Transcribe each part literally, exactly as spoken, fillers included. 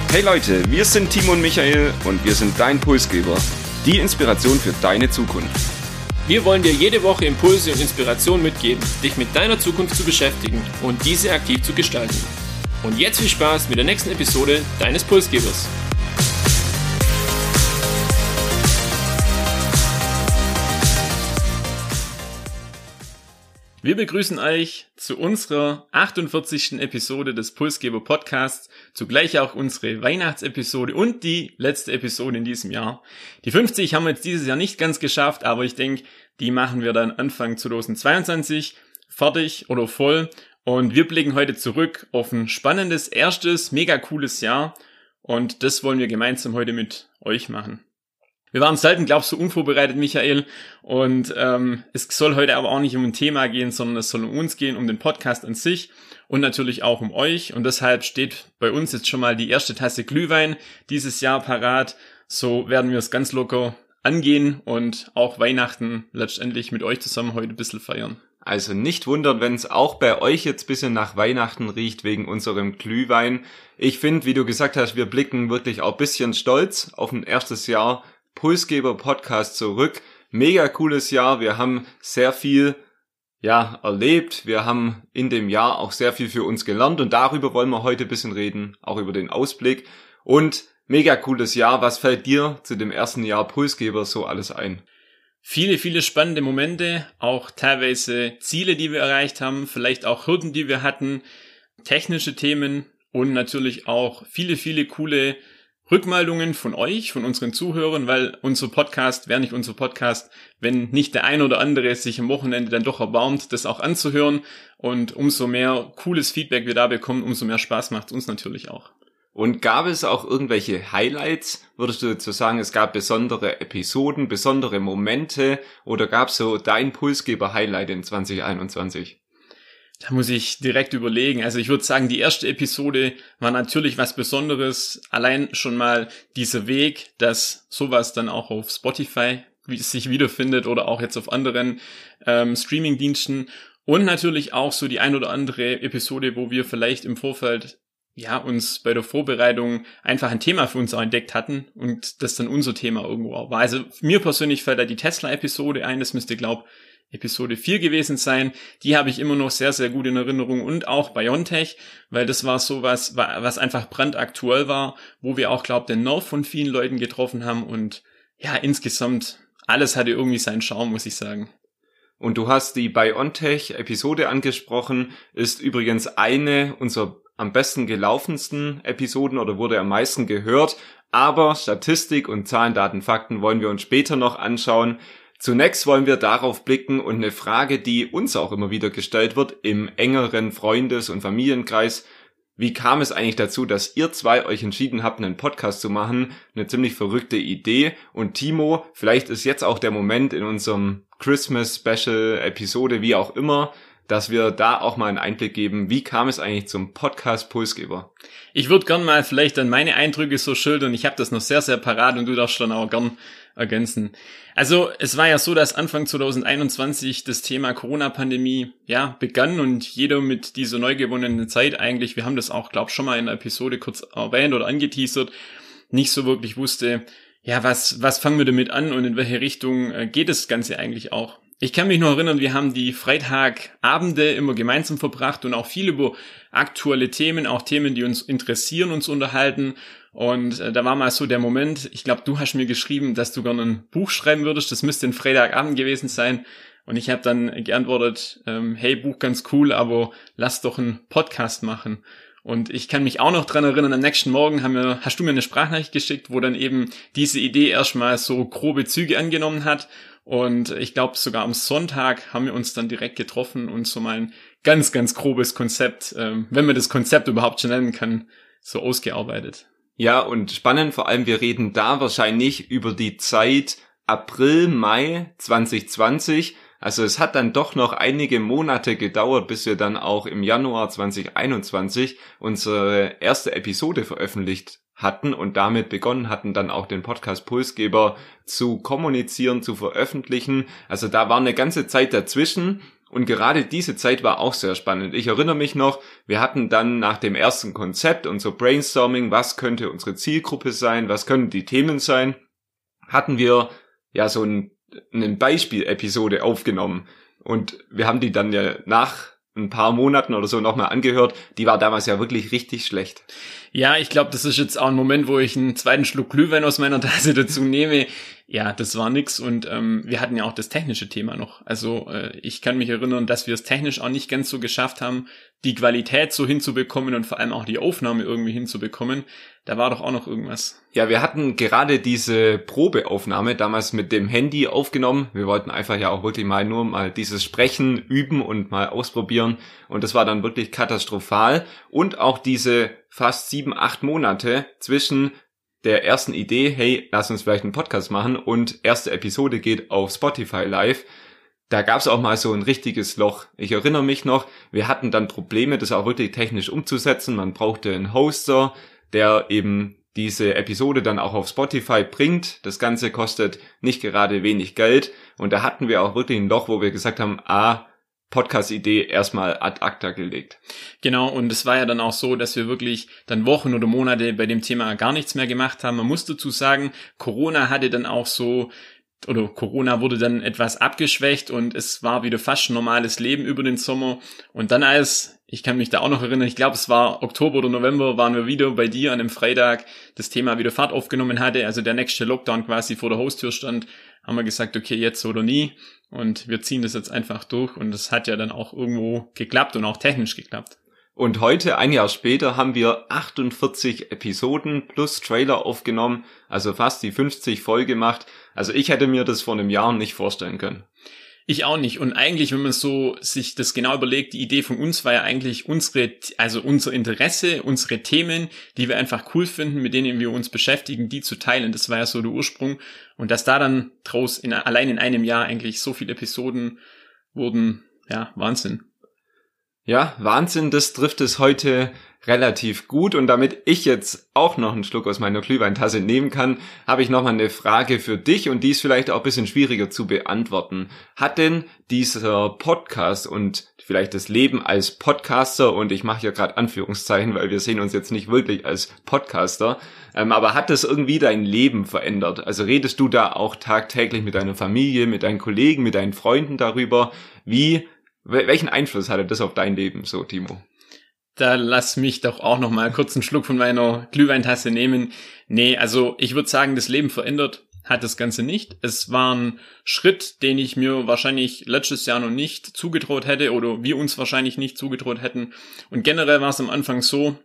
Hey Leute, wir sind Timo und Michael und wir sind dein Pulsgeber. Die Inspiration für deine Zukunft. Wir wollen dir jede Woche Impulse und Inspiration mitgeben, dich mit deiner Zukunft zu beschäftigen und diese aktiv zu gestalten. Und jetzt viel Spaß mit der nächsten Episode deines Pulsgebers. Wir begrüßen euch zu unserer achtundvierzigsten Episode des Pulsgeber Podcasts, zugleich auch unsere Weihnachtsepisode und die letzte Episode in diesem Jahr. Die fünfzig haben wir jetzt dieses Jahr nicht ganz geschafft, aber ich denke, die machen wir dann Anfang zweitausendzweiundzwanzig fertig oder voll. Und wir blicken heute zurück auf ein spannendes, erstes, mega cooles Jahr und das wollen wir gemeinsam heute mit euch machen. Wir waren selten, glaubst du, unvorbereitet, Michael, und ähm, es soll heute aber auch nicht um ein Thema gehen, sondern es soll um uns gehen, um den Podcast an sich und natürlich auch um euch, und deshalb steht bei uns jetzt schon mal die erste Tasse Glühwein dieses Jahr parat. So werden wir es ganz locker angehen und auch Weihnachten letztendlich mit euch zusammen heute ein bisschen feiern. Also nicht wundern, wenn es auch bei euch jetzt ein bisschen nach Weihnachten riecht wegen unserem Glühwein. Ich finde, wie du gesagt hast, wir blicken wirklich auch ein bisschen stolz auf ein erstes Jahr Pulsgeber Podcast zurück. Mega cooles Jahr. Wir haben sehr viel, ja, erlebt. Wir haben in dem Jahr auch sehr viel für uns gelernt und darüber wollen wir heute ein bisschen reden, auch über den Ausblick. Und mega cooles Jahr. Was fällt dir zu dem ersten Jahr Pulsgeber so alles ein? Viele, viele spannende Momente, auch teilweise Ziele, die wir erreicht haben, vielleicht auch Hürden, die wir hatten, technische Themen und natürlich auch viele, viele coole Rückmeldungen von euch, von unseren Zuhörern, weil unser Podcast wäre nicht unser Podcast, wenn nicht der ein oder andere sich am Wochenende dann doch erbarmt, das auch anzuhören, und umso mehr cooles Feedback wir da bekommen, umso mehr Spaß macht es uns natürlich auch. Und gab es auch irgendwelche Highlights? Würdest du dazu sagen, es gab besondere Episoden, besondere Momente oder gab es so dein Pulsgeber-Highlight in zwanzig einundzwanzig? Da muss ich direkt überlegen. Also ich würde sagen, die erste Episode war natürlich was Besonderes. Allein schon mal dieser Weg, dass sowas dann auch auf Spotify sich wiederfindet oder auch jetzt auf anderen ähm, Streaming-Diensten. Und natürlich auch so die ein oder andere Episode, wo wir vielleicht im Vorfeld ja uns bei der Vorbereitung einfach ein Thema für uns auch entdeckt hatten und das dann unser Thema irgendwo auch war. Also mir persönlich fällt da die Tesla-Episode ein. Das müsste, glaube ich, Episode vier gewesen sein. Die habe ich immer noch sehr, sehr gut in Erinnerung, und auch BioNTech, weil das war sowas, was einfach brandaktuell war, wo wir auch, glaube ich, den Nerv von vielen Leuten getroffen haben, und ja, insgesamt alles hatte irgendwie seinen Charme, muss ich sagen. Und du hast die BioNTech-Episode angesprochen, ist übrigens eine unserer am besten gelaufensten Episoden oder wurde am meisten gehört, aber Statistik und Zahlen, Daten, Fakten wollen wir uns später noch anschauen. Zunächst wollen wir darauf blicken und eine Frage, die uns auch immer wieder gestellt wird im engeren Freundes- und Familienkreis: Wie kam es eigentlich dazu, dass ihr zwei euch entschieden habt, einen Podcast zu machen? Eine ziemlich verrückte Idee. Und Timo, vielleicht ist jetzt auch der Moment in unserem Christmas-Special-Episode, wie auch immer, dass wir da auch mal einen Einblick geben, wie kam es eigentlich zum Podcast Pulsgeber? Ich würde gern mal vielleicht dann meine Eindrücke so schildern. Ich habe das noch sehr, sehr parat und du darfst dann auch gern ergänzen. Also es war ja so, dass Anfang zweitausendeinundzwanzig das Thema Corona-Pandemie ja begann und jeder mit dieser neu gewonnenen Zeit eigentlich, wir haben das auch, glaube ich, schon mal in der Episode kurz erwähnt oder angeteasert, nicht so wirklich wusste, ja, was was fangen wir damit an und in welche Richtung äh, geht das Ganze eigentlich auch. Ich kann mich noch erinnern, wir haben die Freitagabende immer gemeinsam verbracht und auch viel über aktuelle Themen, auch Themen, die uns interessieren, uns unterhalten. Und äh, da war mal so der Moment, ich glaube, du hast mir geschrieben, dass du gerne ein Buch schreiben würdest. Das müsste ein Freitagabend gewesen sein. Und ich habe dann geantwortet, ähm, hey, Buch ganz cool, aber lass doch einen Podcast machen. Und ich kann mich auch noch dran erinnern, am nächsten Morgen haben wir, hast du mir eine Sprachnachricht geschickt, wo dann eben diese Idee erstmal so grobe Züge angenommen hat. Und ich glaube, sogar am Sonntag haben wir uns dann direkt getroffen und so mal ein ganz, ganz grobes Konzept, ähm, wenn man das Konzept überhaupt schon nennen kann, so ausgearbeitet. Ja, und spannend, vor allem wir reden da wahrscheinlich über die Zeit April, Mai zwanzig zwanzig. Also es hat dann doch noch einige Monate gedauert, bis wir dann auch im Januar zwanzig einundzwanzig unsere erste Episode veröffentlicht hatten und damit begonnen hatten, dann auch den Podcast Pulsgeber zu kommunizieren, zu veröffentlichen. Also da war eine ganze Zeit dazwischen Und gerade diese Zeit war auch sehr spannend. Ich erinnere mich noch, wir hatten dann nach dem ersten Konzept unser Brainstorming, was könnte unsere Zielgruppe sein, was könnten die Themen sein, hatten wir ja so ein, eine Beispiel-Episode aufgenommen. Und wir haben die dann ja nach ein paar Monaten oder so nochmal angehört. Die war damals ja wirklich richtig schlecht. Ja, ich glaube, das ist jetzt auch ein Moment, wo ich einen zweiten Schluck Glühwein aus meiner Tasse dazu nehme. Ja, das war nix und ähm, wir hatten ja auch das technische Thema noch. Also äh, ich kann mich erinnern, dass wir es technisch auch nicht ganz so geschafft haben, die Qualität so hinzubekommen und vor allem auch die Aufnahme irgendwie hinzubekommen. Da war doch auch noch irgendwas. Ja, wir hatten gerade diese Probeaufnahme damals mit dem Handy aufgenommen. Wir wollten einfach ja auch wirklich mal nur mal dieses Sprechen üben und mal ausprobieren. Und das war dann wirklich katastrophal. Und auch diese fast sieben, acht Monate zwischen der ersten Idee, hey, lass uns vielleicht einen Podcast machen, und erste Episode geht auf Spotify live. Da gab's auch mal so ein richtiges Loch. Ich erinnere mich noch, wir hatten dann Probleme, das auch wirklich technisch umzusetzen. Man brauchte einen Hoster, der eben diese Episode dann auch auf Spotify bringt. Das Ganze kostet nicht gerade wenig Geld. Und da hatten wir auch wirklich ein Loch, wo wir gesagt haben, ah, Podcast-Idee erstmal ad acta gelegt. Genau, und es war ja dann auch so, dass wir wirklich dann Wochen oder Monate bei dem Thema gar nichts mehr gemacht haben. Man muss dazu sagen, Corona hatte dann auch so, oder Corona wurde dann etwas abgeschwächt und es war wieder fast normales Leben über den Sommer. Und dann als, ich kann mich da auch noch erinnern, ich glaube es war Oktober oder November, waren wir wieder bei dir an einem Freitag, das Thema wieder Fahrt aufgenommen hatte, also der nächste Lockdown quasi vor der Haustür stand, haben wir gesagt, okay, jetzt oder nie. Und wir ziehen das jetzt einfach durch und das hat ja dann auch irgendwo geklappt und auch technisch geklappt. Und heute, ein Jahr später, haben wir achtundvierzig Episoden plus Trailer aufgenommen, also fast die fünfzig voll gemacht. Also ich hätte mir das vor einem Jahr nicht vorstellen können. Ich auch nicht. Und eigentlich, wenn man so sich das genau überlegt, die Idee von uns war ja eigentlich unsere, also unser Interesse, unsere Themen, die wir einfach cool finden, mit denen wir uns beschäftigen, die zu teilen. Das war ja so der Ursprung. Und dass da dann draus in, allein in einem Jahr eigentlich so viele Episoden wurden, ja, Wahnsinn. Ja, Wahnsinn, das trifft es heute relativ gut. Und damit ich jetzt auch noch einen Schluck aus meiner Glühweintasse nehmen kann, habe ich nochmal eine Frage für dich, und die ist vielleicht auch ein bisschen schwieriger zu beantworten. Hat denn dieser Podcast und vielleicht das Leben als Podcaster, und ich mache hier gerade Anführungszeichen, weil wir sehen uns jetzt nicht wirklich als Podcaster, ähm, aber hat das irgendwie dein Leben verändert? Also redest du da auch tagtäglich mit deiner Familie, mit deinen Kollegen, mit deinen Freunden darüber? Wie Welchen Einfluss hatte das auf dein Leben so, Timo? Da lass mich doch auch noch mal kurz einen Schluck von meiner Glühweintasse nehmen. Nee, also ich würde sagen, das Leben verändert hat das Ganze nicht. Es war ein Schritt, den ich mir wahrscheinlich letztes Jahr noch nicht zugetraut hätte oder wir uns wahrscheinlich nicht zugetraut hätten. Und generell war es am Anfang so,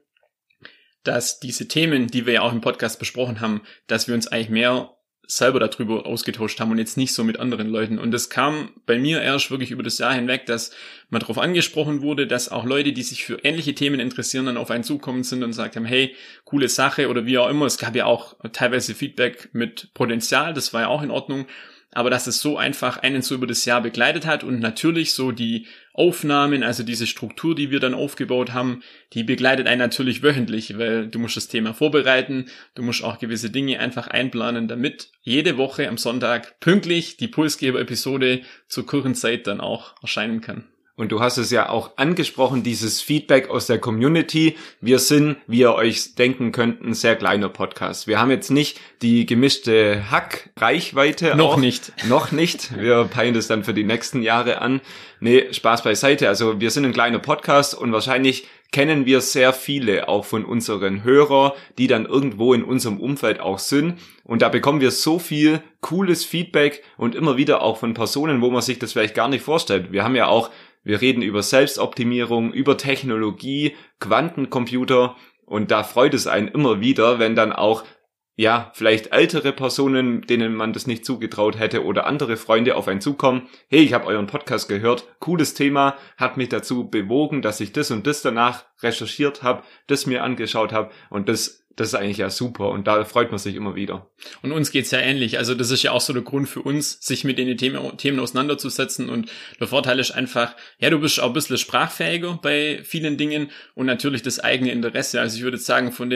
dass diese Themen, die wir ja auch im Podcast besprochen haben, dass wir uns eigentlich mehr selber darüber ausgetauscht haben und jetzt nicht so mit anderen Leuten. Und das kam bei mir erst wirklich über das Jahr hinweg, dass man darauf angesprochen wurde, dass auch Leute, die sich für ähnliche Themen interessieren, dann auf einen zukommen sind und gesagt haben, hey, coole Sache oder wie auch immer. Es gab ja auch teilweise Feedback mit Potenzial, das war ja auch in Ordnung. Aber dass es so einfach einen so über das Jahr begleitet hat und natürlich so die Aufnahmen, also diese Struktur, die wir dann aufgebaut haben, die begleitet einen natürlich wöchentlich, weil du musst das Thema vorbereiten, du musst auch gewisse Dinge einfach einplanen, damit jede Woche am Sonntag pünktlich die Pulsgeber-Episode zur Kirchenzeit dann auch erscheinen kann. Und du hast es ja auch angesprochen, dieses Feedback aus der Community. Wir sind, wie ihr euch denken könnt, ein sehr kleiner Podcast. Wir haben jetzt nicht die gemischte Hack-Reichweite. Noch auch. nicht. Noch nicht. Wir peilen das dann für die nächsten Jahre an. Nee, Spaß beiseite. Also wir sind ein kleiner Podcast und wahrscheinlich kennen wir sehr viele auch von unseren Hörern, die dann irgendwo in unserem Umfeld auch sind. Und da bekommen wir so viel cooles Feedback und immer wieder auch von Personen, wo man sich das vielleicht gar nicht vorstellt. Wir haben ja auch Wir reden über Selbstoptimierung, über Technologie, Quantencomputer, und da freut es einen immer wieder, wenn dann auch, ja, vielleicht ältere Personen, denen man das nicht zugetraut hätte, oder andere Freunde auf einen zukommen. Hey, ich habe euren Podcast gehört, cooles Thema, hat mich dazu bewogen, dass ich das und das danach recherchiert habe, das mir angeschaut habe, und das Das ist eigentlich ja super, und da freut man sich immer wieder. Und uns geht's ja ähnlich. Also das ist ja auch so der Grund für uns, sich mit den Themen, Themen auseinanderzusetzen. Und der Vorteil ist einfach, ja, du bist auch ein bisschen sprachfähiger bei vielen Dingen und natürlich das eigene Interesse. Also ich würde sagen, von den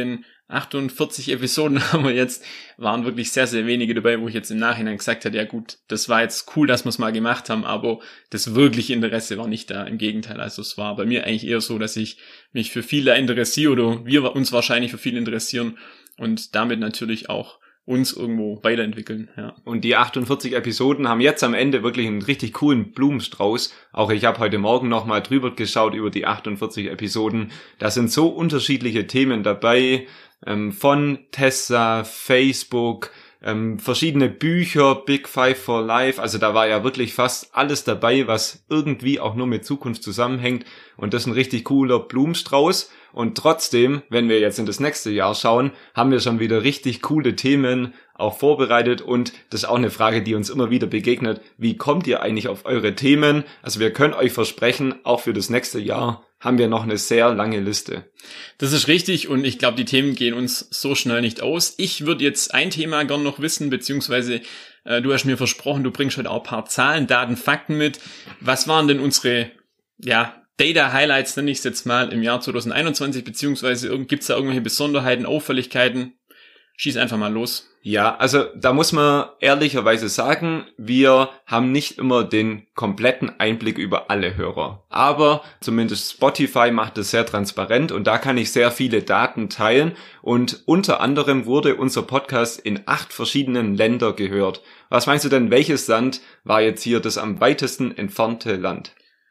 achtundvierzig Episoden haben wir jetzt, waren wirklich sehr, sehr wenige dabei, wo ich jetzt im Nachhinein gesagt hätte, ja gut, das war jetzt cool, dass wir es mal gemacht haben, aber das wirkliche Interesse war nicht da, im Gegenteil. Also es war bei mir eigentlich eher so, dass ich mich für viele interessiere oder wir uns wahrscheinlich für viele interessieren und damit natürlich auch uns irgendwo weiterentwickeln, ja. Und die achtundvierzig Episoden haben jetzt am Ende wirklich einen richtig coolen Blumenstrauß. Auch ich habe heute Morgen nochmal drüber geschaut über die achtundvierzig Episoden. Da sind so unterschiedliche Themen dabei, ähm, von Tesla, Facebook, ähm, verschiedene Bücher, Big Five for Life. Also da war ja wirklich fast alles dabei, was irgendwie auch nur mit Zukunft zusammenhängt. Und das ist ein richtig cooler Blumenstrauß. Und trotzdem, wenn wir jetzt in das nächste Jahr schauen, haben wir schon wieder richtig coole Themen auch vorbereitet. Und das ist auch eine Frage, die uns immer wieder begegnet. Wie kommt ihr eigentlich auf eure Themen? Also wir können euch versprechen, auch für das nächste Jahr haben wir noch eine sehr lange Liste. Das ist richtig und ich glaube, die Themen gehen uns so schnell nicht aus. Ich würde jetzt ein Thema gern noch wissen, beziehungsweise äh, du hast mir versprochen, du bringst heute auch ein paar Zahlen, Daten, Fakten mit. Was waren denn unsere, ja, Data Highlights, nenne ich es jetzt mal, im Jahr zwanzig einundzwanzig, beziehungsweise gibt es da irgendwelche Besonderheiten, Auffälligkeiten? Schieß einfach mal los. Ja, also da muss man ehrlicherweise sagen, wir haben nicht immer den kompletten Einblick über alle Hörer. Aber zumindest Spotify macht es sehr transparent und da kann ich sehr viele Daten teilen. Und unter anderem wurde unser Podcast in acht verschiedenen Ländern gehört. Was meinst du denn, welches Land war jetzt hier das am weitesten entfernte Land?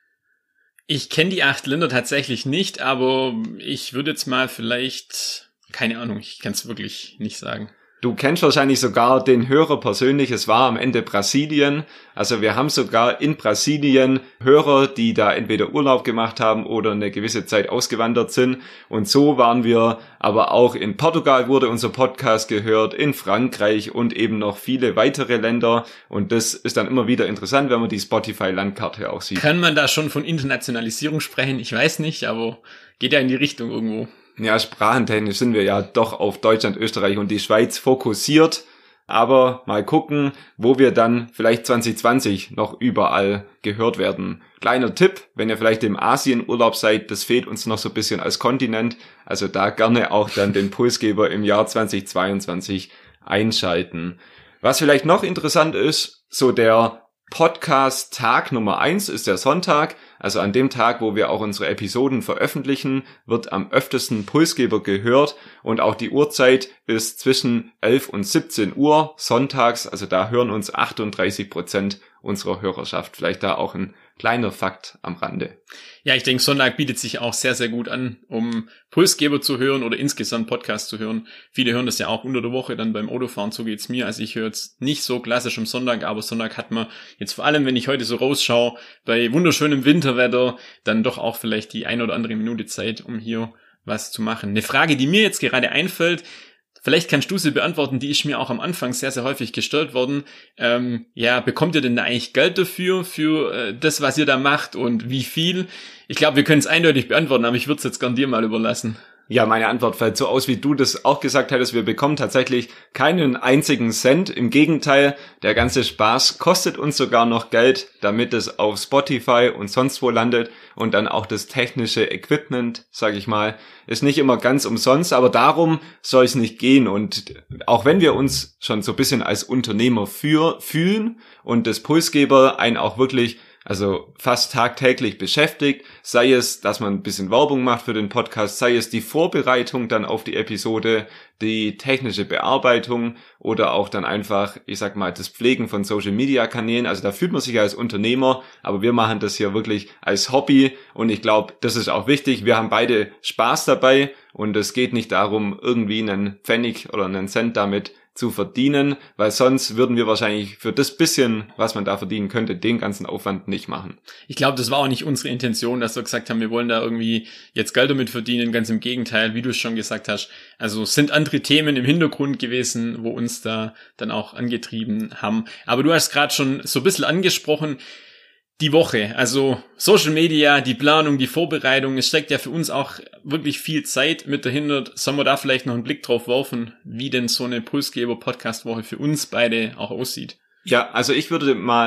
Ich kenne die acht Länder tatsächlich nicht, aber ich würde jetzt mal vielleicht, keine Ahnung, ich kann es wirklich nicht sagen. Du kennst wahrscheinlich sogar den Hörer persönlich, es war am Ende Brasilien. Also wir haben sogar in Brasilien Hörer, die da entweder Urlaub gemacht haben oder eine gewisse Zeit ausgewandert sind. Und so waren wir aber auch in Portugal wurde unser Podcast gehört, in Frankreich und eben noch viele weitere Länder. Und das ist dann immer wieder interessant, wenn man die Spotify-Landkarte auch sieht. Kann man da schon von Internationalisierung sprechen? Ich weiß nicht, aber geht ja in die Richtung irgendwo. Ja, sprachentechnisch sind wir ja doch auf Deutschland, Österreich und die Schweiz fokussiert. Aber mal gucken, wo wir dann vielleicht zwanzig zwanzig noch überall gehört werden. Kleiner Tipp, wenn ihr vielleicht im Asienurlaub seid, das fehlt uns noch so ein bisschen als Kontinent. Also da gerne auch dann den Pulsgeber im Jahr zwanzig zweiundzwanzig einschalten. Was vielleicht noch interessant ist, so der Podcast Tag Nummer eins ist der Sonntag, also an dem Tag, wo wir auch unsere Episoden veröffentlichen, wird am öftesten Pulsgeber gehört und auch die Uhrzeit ist zwischen elf und siebzehn Uhr sonntags, also da hören uns achtunddreißig Prozent unserer Hörerschaft. Vielleicht da auch ein kleiner Fakt am Rande. Ja, ich denke, Sonntag bietet sich auch sehr, sehr gut an, um Pulsgeber zu hören oder insgesamt Podcast zu hören. Viele hören das ja auch unter der Woche dann beim Autofahren, so geht's mir. Also ich höre jetzt nicht so klassisch am Sonntag, aber Sonntag hat man jetzt vor allem, wenn ich heute so rausschaue, bei wunderschönem Winterwetter, dann doch auch vielleicht die ein oder andere Minute Zeit, um hier was zu machen. Eine Frage, die mir jetzt gerade einfällt, vielleicht kannst du sie beantworten, die ist mir auch am Anfang sehr, sehr häufig gestellt worden. Ähm, ja, bekommt ihr denn da eigentlich Geld dafür, für äh, das, was ihr da macht und wie viel? Ich glaube, wir können es eindeutig beantworten, aber ich würde es jetzt gern dir mal überlassen. Ja, meine Antwort fällt so aus, wie du das auch gesagt hättest. Wir bekommen tatsächlich keinen einzigen Cent. Im Gegenteil, der ganze Spaß kostet uns sogar noch Geld, damit es auf Spotify und sonst wo landet. Und dann auch das technische Equipment, sage ich mal, ist nicht immer ganz umsonst. Aber darum soll es nicht gehen. Und auch wenn wir uns schon so ein bisschen als Unternehmer für, fühlen und das Pulsgeber einen auch wirklich also fast tagtäglich beschäftigt, sei es, dass man ein bisschen Werbung macht für den Podcast, sei es die Vorbereitung dann auf die Episode, die technische Bearbeitung oder auch dann einfach, ich sag mal, das Pflegen von Social-Media-Kanälen. Also da fühlt man sich als Unternehmer, aber wir machen das hier wirklich als Hobby und ich glaube, das ist auch wichtig. Wir haben beide Spaß dabei und es geht nicht darum, irgendwie einen Pfennig oder einen Cent damit zu verdienen, weil sonst würden wir wahrscheinlich für das bisschen, was man da verdienen könnte, den ganzen Aufwand nicht machen. Ich glaube, das war auch nicht unsere Intention, dass wir gesagt haben, wir wollen da irgendwie jetzt Geld damit verdienen, ganz im Gegenteil, wie du es schon gesagt hast. Also es sind andere Themen im Hintergrund gewesen, wo uns da dann auch angetrieben haben. Aber du hast gerade schon so ein bisschen angesprochen, die Woche, also Social Media, die Planung, die Vorbereitung, es steckt ja für uns auch wirklich viel Zeit mit dahinter. Sollen wir da vielleicht noch einen Blick drauf werfen, wie denn so eine Pulsgeber-Podcast-Woche für uns beide auch aussieht? Ja, also ich würde mal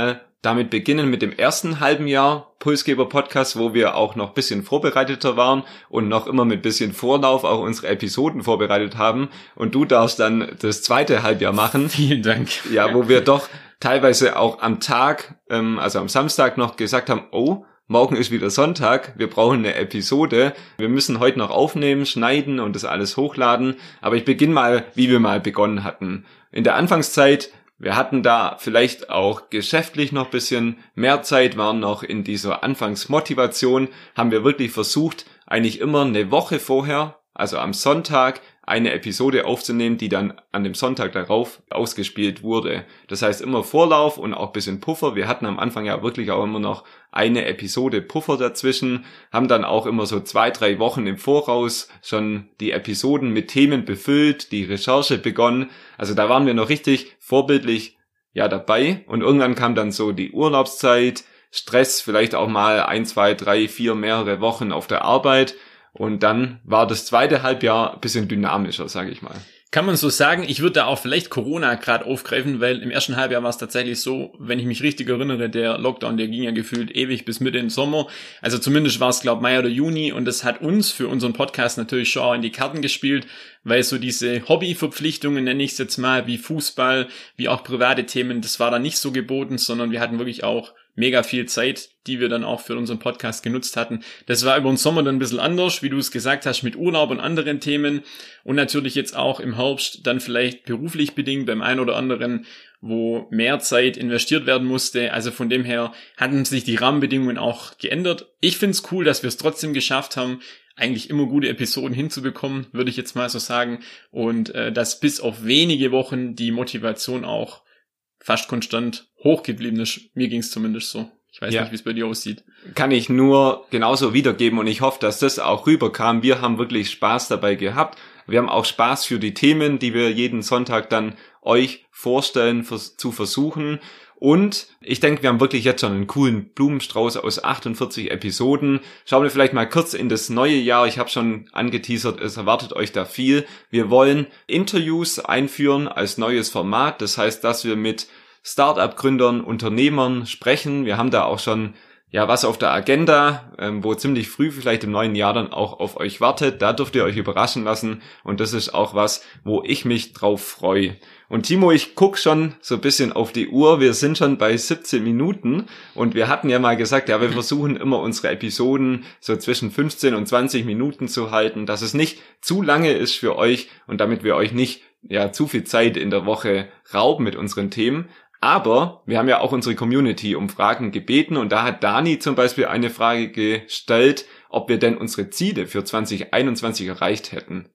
damit beginnen mit dem ersten halben Jahr Pulsgeber-Podcast, wo wir auch noch ein bisschen vorbereiteter waren und noch immer mit ein bisschen Vorlauf auch unsere Episoden vorbereitet haben. Und du darfst dann das zweite Halbjahr machen. Vielen Dank. Ja, wo wir doch teilweise auch am Tag, ähm, also am Samstag noch gesagt haben, oh, morgen ist wieder Sonntag, wir brauchen eine Episode, wir müssen heute noch aufnehmen, schneiden und das alles hochladen. Aber ich beginne mal, wie wir mal begonnen hatten. In der Anfangszeit, wir hatten da vielleicht auch geschäftlich noch ein bisschen mehr Zeit, waren noch in dieser Anfangsmotivation, haben wir wirklich versucht, eigentlich immer eine Woche vorher, also am Sonntag, eine Episode aufzunehmen, die dann an dem Sonntag darauf ausgespielt wurde. Das heißt immer Vorlauf und auch ein bisschen Puffer. Wir hatten am Anfang ja wirklich auch immer noch eine Episode Puffer dazwischen, haben dann auch immer so zwei, drei Wochen im Voraus schon die Episoden mit Themen befüllt, die Recherche begonnen. Also da waren wir noch richtig vorbildlich ja dabei und irgendwann kam dann so die Urlaubszeit, Stress, vielleicht auch mal ein, zwei, drei, vier, mehrere Wochen auf der Arbeit. Und dann war das zweite Halbjahr ein bisschen dynamischer, sage ich mal. Kann man so sagen. Ich würde da auch vielleicht Corona gerade aufgreifen, weil im ersten Halbjahr war es tatsächlich so, wenn ich mich richtig erinnere, der Lockdown, der ging ja gefühlt ewig bis Mitte im Sommer. Also zumindest war es, glaube ich, Mai oder Juni. Und das hat uns für unseren Podcast natürlich schon auch in die Karten gespielt, weil so diese Hobbyverpflichtungen, nenne ich es jetzt mal, wie Fußball, wie auch private Themen, das war da nicht so geboten, sondern wir hatten wirklich auch mega viel Zeit, die wir dann auch für unseren Podcast genutzt hatten. Das war über den Sommer dann ein bisschen anders, wie du es gesagt hast, mit Urlaub und anderen Themen und natürlich jetzt auch im Herbst dann vielleicht beruflich bedingt beim einen oder anderen, wo mehr Zeit investiert werden musste. Also von dem her hatten sich die Rahmenbedingungen auch geändert. Ich finde es cool, dass wir es trotzdem geschafft haben, eigentlich immer gute Episoden hinzubekommen, würde ich jetzt mal so sagen. Und äh, dass bis auf wenige Wochen die Motivation auch fast konstant hochgeblieben ist. Mir ging es zumindest so. Ich weiß ja nicht, wie es bei dir aussieht. Kann ich nur genauso wiedergeben und ich hoffe, dass das auch rüberkam. Wir haben wirklich Spaß dabei gehabt. Wir haben auch Spaß für die Themen, die wir jeden Sonntag dann euch vorstellen, zu versuchen. Und ich denke, wir haben wirklich jetzt schon einen coolen Blumenstrauß aus achtundvierzig Episoden. Schauen wir vielleicht mal kurz in das neue Jahr. Ich habe schon angeteasert, es erwartet euch da viel. Wir wollen Interviews einführen als neues Format. Das heißt, dass wir mit Start-up-Gründern, Unternehmern sprechen. Wir haben da auch schon ja was auf der Agenda, ähm, wo ziemlich früh vielleicht im neuen Jahr dann auch auf euch wartet. Da dürft ihr euch überraschen lassen. Und das ist auch was, wo ich mich drauf freue. Und Timo, ich guck schon so ein bisschen auf die Uhr. Wir sind schon bei siebzehn Minuten und wir hatten ja mal gesagt, ja, wir versuchen immer unsere Episoden so zwischen fünfzehn und zwanzig Minuten zu halten, dass es nicht zu lange ist für euch und damit wir euch nicht ja zu viel Zeit in der Woche rauben mit unseren Themen. Aber wir haben ja auch unsere Community um Fragen gebeten und da hat Dani zum Beispiel eine Frage gestellt, ob wir denn unsere Ziele für zwanzig einundzwanzig erreicht hätten.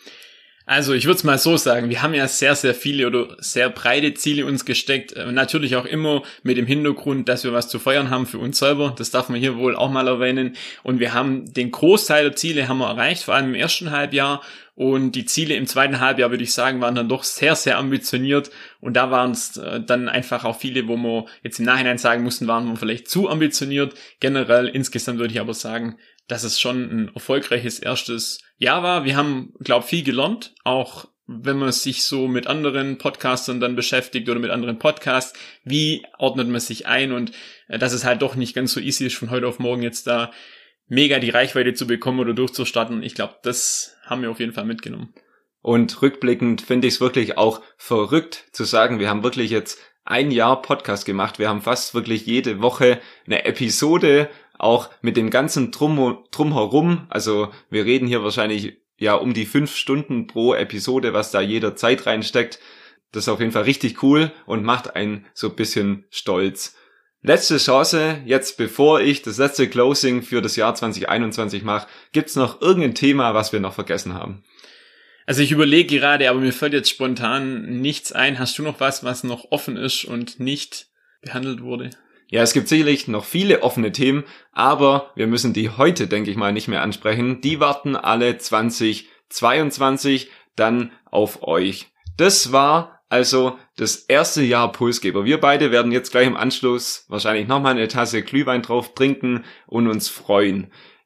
Also ich würde es mal so sagen, wir haben ja sehr, sehr viele oder sehr breite Ziele uns gesteckt. Natürlich auch immer mit dem Hintergrund, dass wir was zu feiern haben für uns selber. Das darf man hier wohl auch mal erwähnen. Und wir haben den Großteil der Ziele haben wir erreicht, vor allem im ersten Halbjahr. Und die Ziele im zweiten Halbjahr, würde ich sagen, waren dann doch sehr, sehr ambitioniert. Und da waren es dann einfach auch viele, wo wir jetzt im Nachhinein sagen mussten, waren wir vielleicht zu ambitioniert. Generell insgesamt würde ich aber sagen, dass es schon ein erfolgreiches erstes Jahr war. Wir haben, glaube ich, viel gelernt, auch wenn man sich so mit anderen Podcastern dann beschäftigt oder mit anderen Podcasts. Wie ordnet man sich ein und äh, dass es halt doch nicht ganz so easy ist, von heute auf morgen jetzt da mega die Reichweite zu bekommen oder durchzustarten. Ich glaube, das haben wir auf jeden Fall mitgenommen. Und rückblickend finde ich es wirklich auch verrückt zu sagen, wir haben wirklich jetzt ein Jahr Podcast gemacht. Wir haben fast wirklich jede Woche eine Episode, auch mit dem ganzen Drum, Drumherum. Also wir reden hier wahrscheinlich ja um die fünf Stunden pro Episode, was da jeder Zeit reinsteckt. Das ist auf jeden Fall richtig cool und macht einen so ein bisschen stolz. Letzte Chance, jetzt bevor ich das letzte Closing für das Jahr zwanzig einundzwanzig mache, gibt's noch irgendein Thema, was wir noch vergessen haben? Also ich überlege gerade, aber mir fällt jetzt spontan nichts ein. Hast du noch was, was noch offen ist und nicht behandelt wurde? Ja, es gibt sicherlich noch viele offene Themen, aber wir müssen die heute, denke ich mal, nicht mehr ansprechen. Die warten alle zwanzig zweiundzwanzig dann auf euch. Das war also das erste Jahr Pulsgeber. Wir beide werden jetzt gleich im Anschluss wahrscheinlich nochmal eine Tasse Glühwein drauf trinken und uns freuen.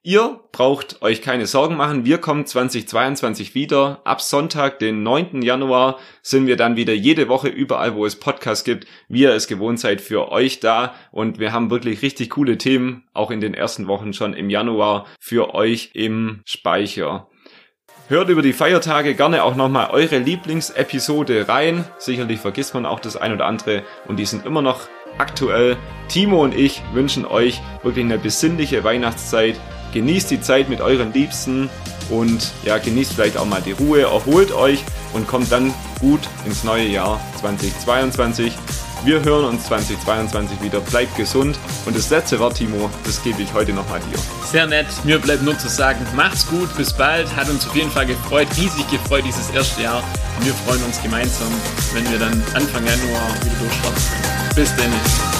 Ihr braucht euch keine Sorgen machen, wir kommen zweitausendzweiundzwanzig wieder. Ab Sonntag, den neunten Januar, sind wir dann wieder jede Woche überall, wo es Podcasts gibt, wie ihr es gewohnt seid, für euch da. Und wir haben wirklich richtig coole Themen, auch in den ersten Wochen schon im Januar, für euch im Speicher. Hört über die Feiertage gerne auch nochmal eure Lieblingsepisode rein. Sicherlich vergisst man auch das ein oder andere und die sind immer noch aktuell. Timo und ich wünschen euch wirklich eine besinnliche Weihnachtszeit. Genießt die Zeit mit euren Liebsten und ja, genießt vielleicht auch mal die Ruhe, erholt euch und kommt dann gut ins neue Jahr zweitausendzweiundzwanzig. Wir hören uns zweitausendzweiundzwanzig wieder. Bleibt gesund. Und das letzte Wort, Timo, das gebe ich heute nochmal dir. Sehr nett. Mir bleibt nur zu sagen, macht's gut, bis bald. Hat uns auf jeden Fall gefreut, riesig gefreut dieses erste Jahr. Und wir freuen uns gemeinsam, wenn wir dann Anfang Januar wieder durchstarten können. Bis dann.